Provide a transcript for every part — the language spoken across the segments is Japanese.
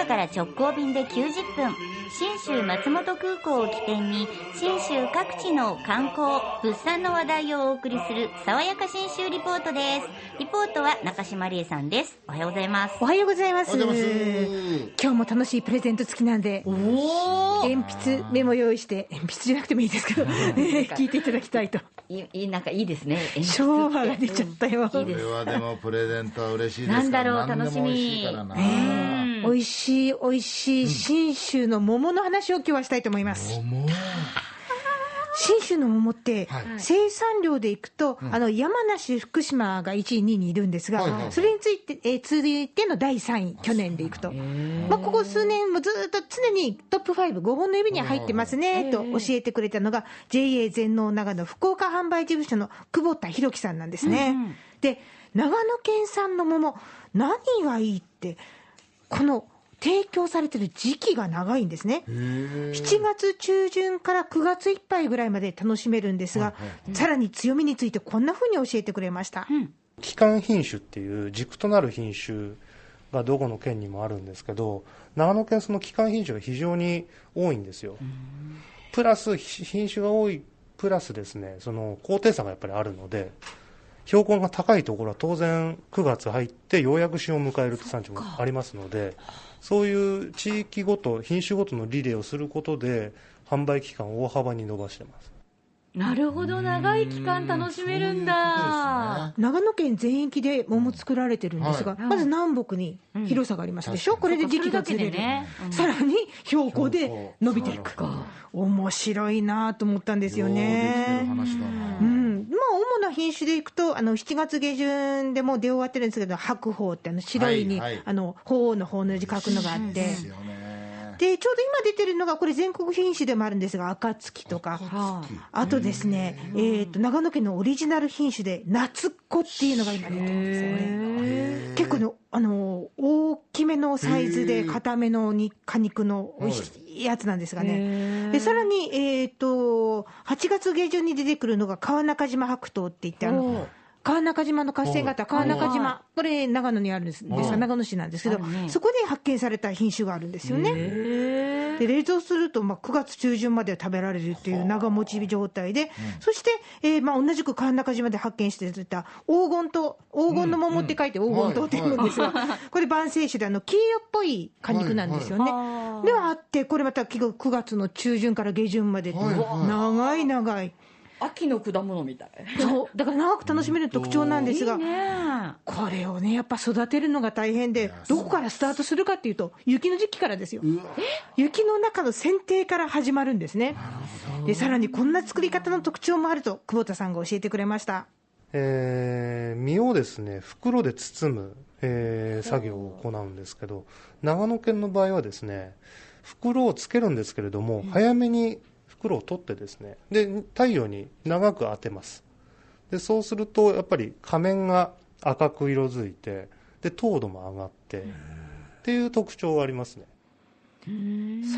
岡から直行便で90分、信州松本空港を起点に信州各地の観光物産の話題をお送りする爽やか信州リポートです。リポートは中島理恵さんです。おはようございます。 おはようございます。 おはようございます。 今日も楽しいプレゼント付きなんで、鉛筆メモ用意して、鉛筆じゃなくてもいいですけど、聞いていただきたいと。 なんかいいですね。 昭和が出ちゃったよ。 これはでもプレゼントは嬉しいですから。 なんだろう、楽しみ。 美味しいからな。 美味しい美味しい信州の桃の話を今日はしたいと思います。信州の桃って、生産量でいくと、山梨、福島が1位、2位にいるんですが、それについて、続いての第3位、去年でいくと、ここ数年もずっと常にトップ5、5本の指に入ってますねと教えてくれたのが、JA 全農長野福岡販売事務所の久保田博樹さんなんですね。で、長野県産の桃、何がいいって、この提供されてる時期が長いんですね。7月中旬から9月いっぱいぐらいまで楽しめるんですが、さらに強みについてこんな風に教えてくれました。 基幹品種っていう軸となる品種がどこの県にもあるんですけど、長野県その基幹品種が非常に多いんですよ。プラス品種が多いプラスですね、その高低差がやっぱりあるので、標高が高いところは当然9月入ってようやく旬を迎えると産地もありますので、そういう地域ごと品種ごとのリレーをすることで販売期間を大幅に伸ばしてます。 なるほど、長い期間楽しめるんだ。 長野県全域で桃作られてるんですが、まず南北に広さがありますでしょ、これで時期がずれる、さらに標高で伸びていく、面白いなと思ったんですよね。主な品種でいくと7月下旬でもう出終わってるんですけど、白鳳って白いに、鳳凰の鳳の字書くのがあって、でちょうど今出てるのがこれ全国品種でもあるんですが、暁とか、あとですね、長野県のオリジナル品種で夏っ子っていうのが今出てるんですよね。結構大きめのサイズで固めの果肉の美味しいやつなんですがね。でさらに、8月下旬に出てくるのが川中島白桃っていって、川中島の合戦型、川中島、これ長野にあるんですが、長野市なんですけど、そこで発見された品種があるんですよね。で冷蔵すると9月中旬まで食べられるという長持ち状態で、そして、同じく川中島で発見していた黄金桃、黄金の桃って書いて黄金桃って言うんですが、これ晩成種で黄色っぽい果肉なんですよね。ではあって、これまた9月の中旬から下旬まで、長い長い秋の果物みたい。 そうだから長く楽しめる特徴なんですが、これをねやっぱ育てるのが大変で、どこからスタートするかっていうと、雪の時期からですよ。雪の中の剪定から始まるんですね。でさらにこんな作り方の特徴もあると久保田さんが教えてくれました。 実をですね袋で包む、作業を行うんですけど、長野県の場合はですね袋をつけるんですけれども、早めに袋を取ってですね、で太陽に長く当てます。でそうするとやっぱり仮面が赤く色づいて、で糖度も上がってっていう特徴がありますね。 そうなんです。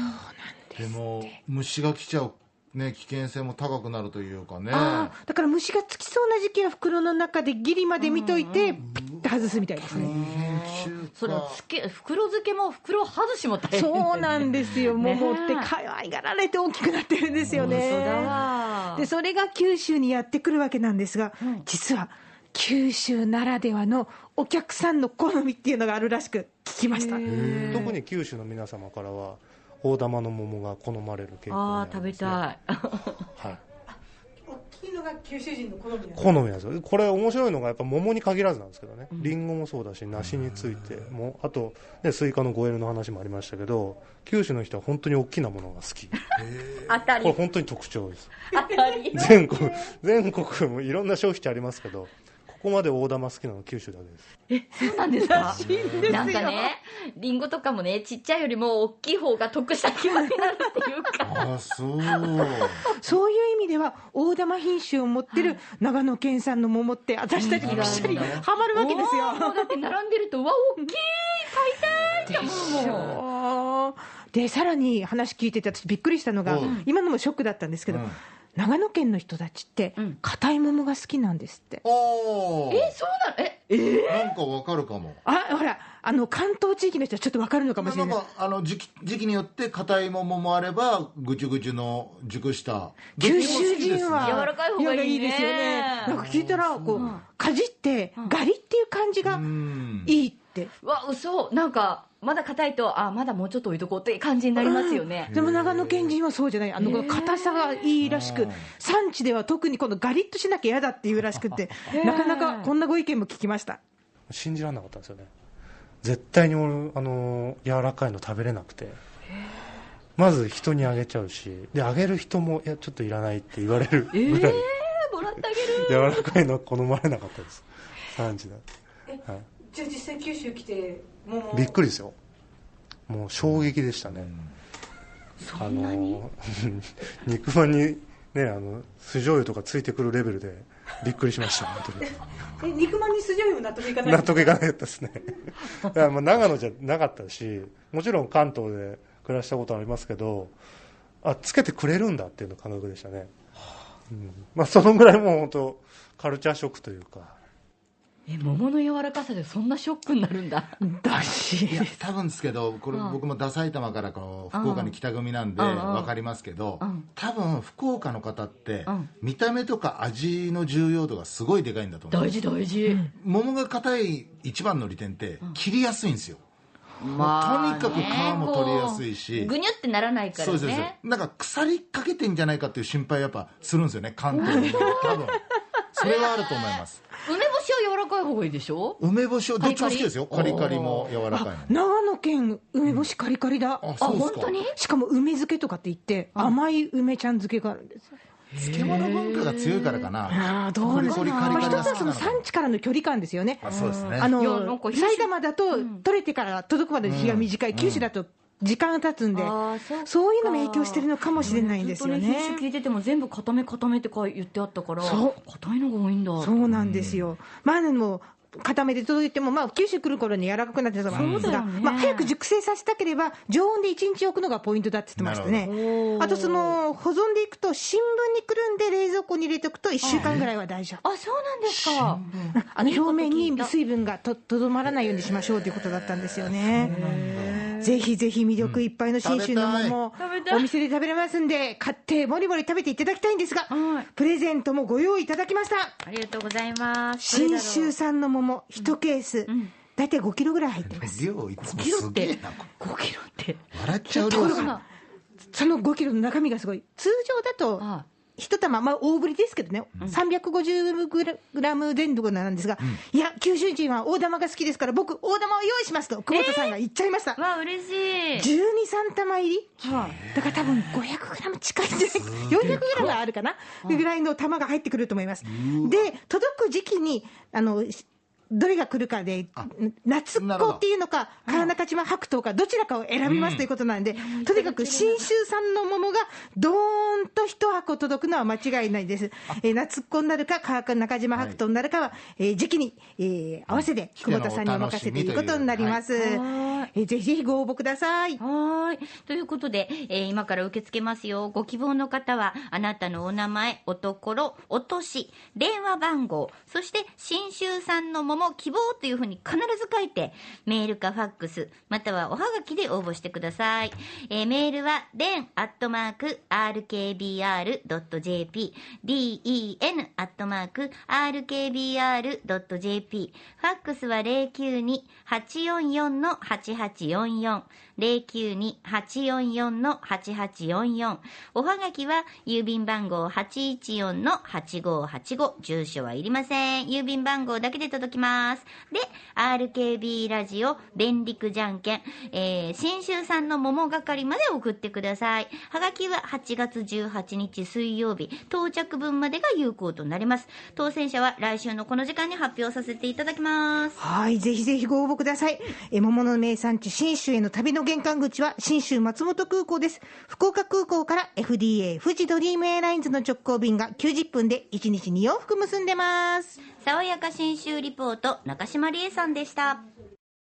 でも虫が来ちゃうね、危険性も高くなるというかね。 だから虫がつきそうな時期は袋の中でギリまで見といて、ピッと外すみたいですね。 それ袋付けも袋外しも大変。 そうなんですよ。桃って可愛がられて大きくなってるんですよね。でそれが九州にやってくるわけなんですが、実は九州ならではのお客さんの好みっていうのがあるらしく聞きました。 特に九州の皆様からは大玉の桃が好まれる傾向にありますね。 食べたい。 はい。 大きいのが九州人の好みなんです。 好みなんですよ。これ面白いのがやっぱ桃に限らずなんですけどね。リンゴもそうだし、梨についても、あとねスイカのゴエルの話もありましたけど、九州の人は本当に大きなものが好き。 当たり。 これ本当に特徴です。 当たり。 全国もいろんな消費地ありますけど、ここまで大玉好きなの九州だけです。 そうなんですか。なんかね、リンゴとかもね、ちっちゃいよりも大きい方が得した気分になるっていうか。 そういう意味では大玉品種を持ってる長野県産の桃って私たちにぴしゃりハマるわけですよ。 だって並んでると、うわ大きい、買いたいって思うもん。 でさらに話聞いてて私びっくりしたのが、今のもショックだったんですけど、 長野県の人たちって硬い桃が好きなんですって。 おー、 そうなの？ なんかわかるかも。 ほら関東地域の人はちょっとわかるのかもしれない。 なんか時期によって硬い桃もあればぐちゅぐちゅの熟した九州人は柔らかい方がいいね。 ですよね。なんか聞いたらこうかじってガリっていう感じがいいって。 うわ、嘘。なんかまだ硬いとまだもうちょっと置いとこうって感じになりますよね。 でも長野県人はそうじゃない。硬さがいいらしく、産地では特にこのガリッとしなきゃ嫌だっていうらしくて、なかなかこんなご意見も聞きました。 信じられなかったんですよね。絶対に柔らかいの食べれなくて、まず人にあげちゃうし、であげる人もいやちょっといらないって言われるぐらい、 もらってあげる。 柔らかいのは好まれなかったです、産地だ。はい、 じゃあ実際九州来てびっくりですよ。もう衝撃でしたね。 そんなに肉まんにね酢醤油とかついてくるレベルでびっくりしました本当に。 肉まんに酢醤油も納得いかない。 納得いかなかったですね。だから長野じゃなかったし、もちろん関東で暮らしたことありますけど、つけてくれるんだっていうの感覚でしたね。そのぐらいもう本当カルチャーショックというか。 桃の柔らかさでそんなショックになるんだ。 だしいや多分ですけど、これ僕もダ埼玉から福岡に北組なんで分かりますけど、多分福岡の方って見た目とか味の重要度がすごいでかいんだと思う。 大事大事。 桃が硬い一番の利点って切りやすいんですよ。とにかく皮も取りやすいし、 ぐにゅってならないからね。 そうです。なんか腐りかけてんじゃないかっていう心配やっぱするんですよね、関東に。多分それはあると思います。 梅干しは柔らかい方がいいでしょ。 梅干しはどっちも好きですよ。カリカリも柔らかいの。 長野県梅干しカリカリだ。 本当に。 しかも梅漬けとかって言って甘い梅ちゃん漬けがあるんです。 漬物文化が強いからかな。 どうですか。一つはその産地からの距離感ですよね。 そうですね。 埼玉だと取れてから届くまでの日が短い、九州だと時間が経つんで、そういうのも影響してるのかもしれないんですよね。 品種聞いてても全部固めって言ってあったから、硬いのが多いんだ。 そうなんですよ。でも固めで届いても、九州来る頃に柔らかくなってたと思うんですが、早く熟成させたければ常温で1日置くのがポイントだって言ってましたね。あと保存でいくと新聞にくるんで冷蔵庫に入れておくと1週間ぐらいは大丈夫。 そうなんですか。 表面に水分がとどまらないようにしましょうということだったんですよね。ぜひぜひ魅力いっぱいの信州の桃、お店で食べれますんで、買ってもりもり食べていただきたいんですが、プレゼントもご用意いただきました。 ありがとうございます。 信州産の桃1ケース、だいたい5キロぐらい入ってます。 量いつもすげえな。 5キロって笑っちゃう量。 その5キロの中身がすごい。通常だと一玉、大ぶりですけどね、350グラム前後なんですが、いや、九州人は大玉が好きですから、僕、大玉を用意しますと、久保田さんが言っちゃいました。 嬉しい。 12、3玉入り、だから多分500グラム近いんじゃないか、400グラムあるかな、ぐらいの玉が入ってくると思います。で、届く時期に、どれが来るかで、夏っ子っていうのか、川中島白桃か、どちらかを選びますということなんで、とにかく信州産の桃がどーんと一箱届くのは間違いないです。夏っ子になるか、川中島白桃になるかは、時期に、合わせて久保田さんにお任せということになります。ぜひぜひご応募ください。 ということで、今から受け付けますよ。ご希望の方は、あなたのお名前、おところ、お年、電話番号、そして信州産の桃希望というふうに必ず書いて、メールかファックス、またはおはがきで応募してください。メールはden@rkbr.jp、den@rkbr.jp、ファックスは 092-844-8844、092-844-8844、おはがきは郵便番号 814-8585、住所はいりません。郵便番号だけで届きます。で、RKB ラジオ便陸じゃんけん、信州産の桃係まで送ってください。はがきは8月18日水曜日、到着分までが有効となります。当選者は来週のこの時間に発表させていただきます。 ぜひぜひご応募ください。桃の名産地信州への旅の玄関口は信州松本空港です。福岡空港から FDA 富士ドリームエアラインズの直行便が90分で1日2往復結んでます。 爽やか信州リポート、中島理恵さんでした。